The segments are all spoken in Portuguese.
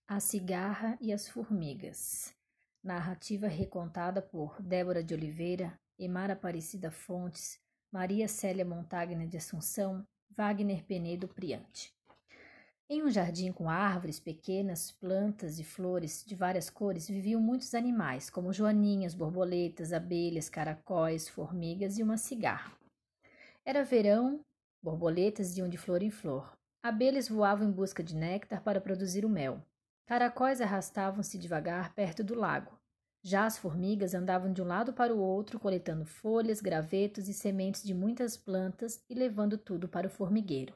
A Cigarra e as Formigas. Narrativa recontada por Débora de Oliveira, Emara Aparecida Fontes, Maria Célia Montagna de Assunção, Wagner Penedo Priante. Em um jardim com árvores pequenas, plantas e flores de várias cores, viviam muitos animais, como joaninhas, borboletas, abelhas, caracóis, formigas e uma cigarra. Era verão, borboletas iam de flor em flor. Abelhas voavam em busca de néctar para produzir o mel. Caracóis arrastavam-se devagar perto do lago. Já as formigas andavam de um lado para o outro, coletando folhas, gravetos e sementes de muitas plantas e levando tudo para o formigueiro.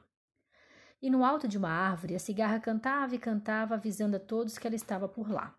E no alto de uma árvore, a cigarra cantava e cantava, avisando a todos que ela estava por lá.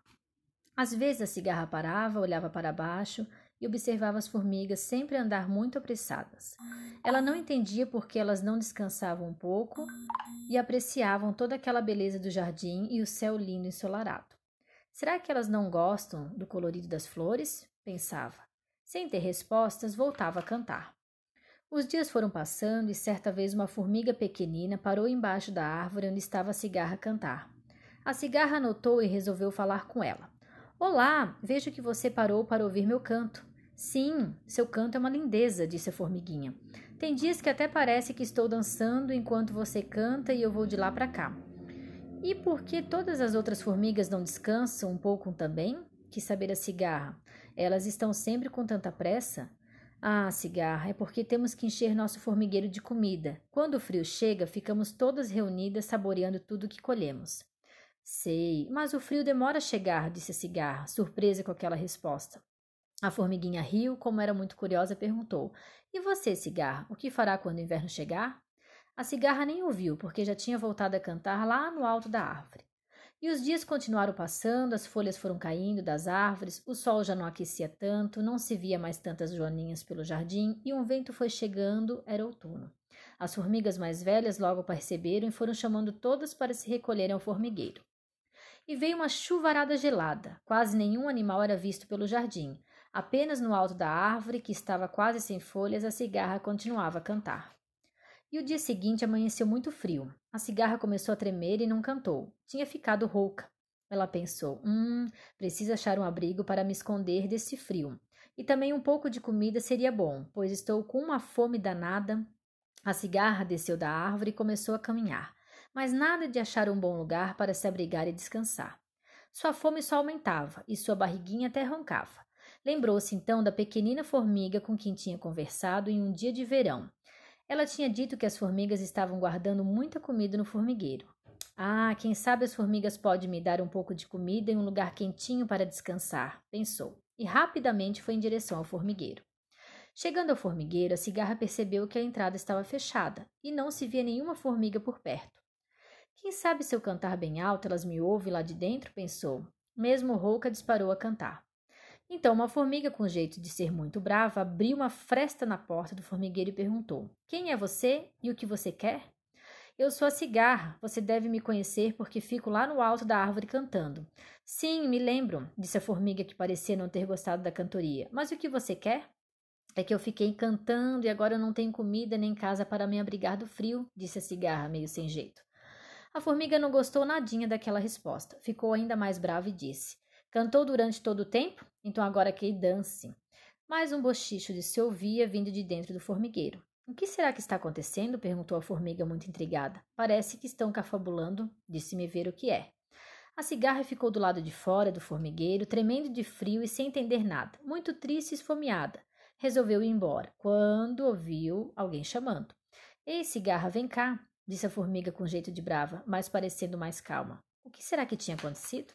Às vezes a cigarra parava, olhava para baixo e observava as formigas sempre andar muito apressadas. Ela não entendia por que elas não descansavam um pouco e apreciavam toda aquela beleza do jardim e o céu lindo e ensolarado. Será que elas não gostam do colorido das flores? Pensava. Sem ter respostas, voltava a cantar. Os dias foram passando e certa vez uma formiga pequenina parou embaixo da árvore onde estava a cigarra a cantar. A cigarra notou e resolveu falar com ela. Olá, vejo que você parou para ouvir meu canto. Sim, seu canto é uma lindeza, disse a formiguinha. Tem dias que até parece que estou dançando enquanto você canta e eu vou de lá para cá. E por que todas as outras formigas não descansam um pouco também? Quis saber a cigarra. Elas estão sempre com tanta pressa? Ah, cigarra, é porque temos que encher nosso formigueiro de comida. Quando o frio chega, ficamos todas reunidas saboreando tudo que colhemos. Sei, mas o frio demora a chegar, disse a cigarra, surpresa com aquela resposta. A formiguinha riu, como era muito curiosa, perguntou: E você, cigarra, o que fará quando o inverno chegar? A cigarra nem ouviu, porque já tinha voltado a cantar lá no alto da árvore. E os dias continuaram passando, as folhas foram caindo das árvores, o sol já não aquecia tanto, não se via mais tantas joaninhas pelo jardim e um vento foi chegando, era outono. As formigas mais velhas logo perceberam e foram chamando todas para se recolherem ao formigueiro. E veio uma chuvarada gelada. Quase nenhum animal era visto pelo jardim. Apenas no alto da árvore, que estava quase sem folhas, a cigarra continuava a cantar. E o dia seguinte amanheceu muito frio. A cigarra começou a tremer e não cantou. Tinha ficado rouca. Ela pensou, preciso achar um abrigo para me esconder desse frio. E também um pouco de comida seria bom, pois estou com uma fome danada. A cigarra desceu da árvore e começou a caminhar, mas nada de achar um bom lugar para se abrigar e descansar. Sua fome só aumentava e sua barriguinha até roncava. Lembrou-se então da pequenina formiga com quem tinha conversado em um dia de verão. Ela tinha dito que as formigas estavam guardando muita comida no formigueiro. Ah, quem sabe as formigas podem me dar um pouco de comida em um lugar quentinho para descansar, pensou, e rapidamente foi em direção ao formigueiro. Chegando ao formigueiro, a cigarra percebeu que a entrada estava fechada e não se via nenhuma formiga por perto. Quem sabe se eu cantar bem alto, elas me ouvem lá de dentro, pensou. Mesmo rouca, disparou a cantar. Então, uma formiga com jeito de ser muito brava abriu uma fresta na porta do formigueiro e perguntou: Quem é você e o que você quer? Eu sou a cigarra. Você deve me conhecer porque fico lá no alto da árvore cantando. Sim, me lembro, disse a formiga que parecia não ter gostado da cantoria. Mas o que você quer? É que eu fiquei cantando e agora eu não tenho comida nem casa para me abrigar do frio, disse a cigarra, meio sem jeito. A formiga não gostou nadinha daquela resposta. Ficou ainda mais brava e disse: Cantou durante todo o tempo? Então agora que dance. Mais um bochicho se ouvia vindo de dentro do formigueiro. O que será que está acontecendo? Perguntou a formiga muito intrigada. Parece que estão cafabulando. Disse-me ver o que é. A cigarra ficou do lado de fora do formigueiro, tremendo de frio e sem entender nada, muito triste e esfomeada. Resolveu ir embora, quando ouviu alguém chamando. Ei, cigarra, vem cá, disse a formiga com jeito de brava, mas parecendo mais calma. O que será que tinha acontecido?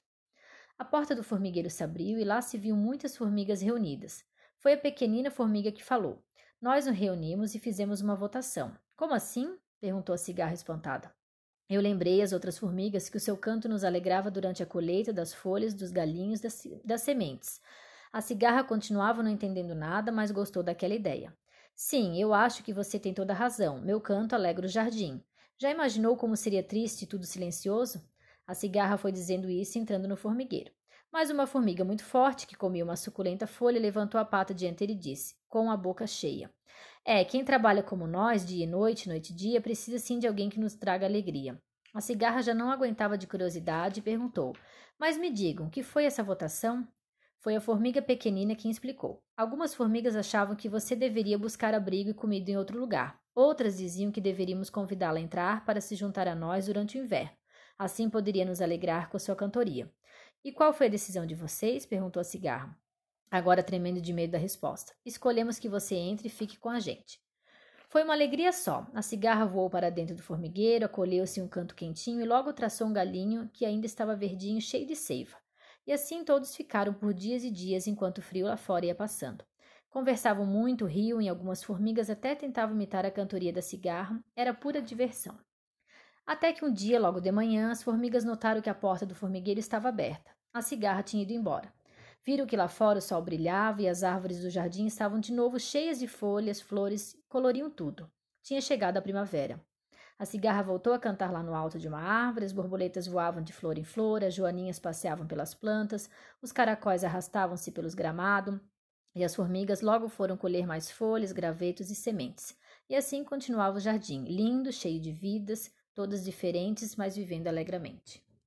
A porta do formigueiro se abriu e lá se viam muitas formigas reunidas. Foi a pequenina formiga que falou. Nós nos reunimos e fizemos uma votação. Como assim? Perguntou a cigarra espantada. Eu lembrei às outras formigas que o seu canto nos alegrava durante a colheita das folhas, dos galinhos, das sementes. A cigarra continuava não entendendo nada, mas gostou daquela ideia. Sim, eu acho que você tem toda a razão. Meu canto alegra o jardim. Já imaginou como seria triste e tudo silencioso? A cigarra foi dizendo isso entrando no formigueiro. Mas uma formiga muito forte, que comia uma suculenta folha, levantou a pata dianteira e disse, com a boca cheia. Quem trabalha como nós, dia e noite, noite e dia, precisa sim de alguém que nos traga alegria. A cigarra já não aguentava de curiosidade e perguntou: Mas me digam, o que foi essa votação? Foi a formiga pequenina quem explicou. Algumas formigas achavam que você deveria buscar abrigo e comida em outro lugar. Outras diziam que deveríamos convidá-la a entrar para se juntar a nós durante o inverno. Assim poderia nos alegrar com a sua cantoria. E qual foi a decisão de vocês? Perguntou a cigarra, agora tremendo de medo da resposta. Escolhemos que você entre e fique com a gente. Foi uma alegria só. A cigarra voou para dentro do formigueiro, acolheu-se em um canto quentinho e logo traçou um galinho que ainda estava verdinho, cheio de seiva. E assim todos ficaram por dias e dias enquanto o frio lá fora ia passando. Conversavam muito, riam e algumas formigas até tentavam imitar a cantoria da cigarra. Era pura diversão. Até que um dia, logo de manhã, as formigas notaram que a porta do formigueiro estava aberta. A cigarra tinha ido embora. Viram que lá fora o sol brilhava e as árvores do jardim estavam de novo cheias de folhas, flores, coloriam tudo. Tinha chegado a primavera. A cigarra voltou a cantar lá no alto de uma árvore, as borboletas voavam de flor em flor, as joaninhas passeavam pelas plantas, os caracóis arrastavam-se pelos gramados, e as formigas logo foram colher mais folhas, gravetos e sementes. E assim continuava o jardim, lindo, cheio de vidas, todas diferentes, mas vivendo alegremente.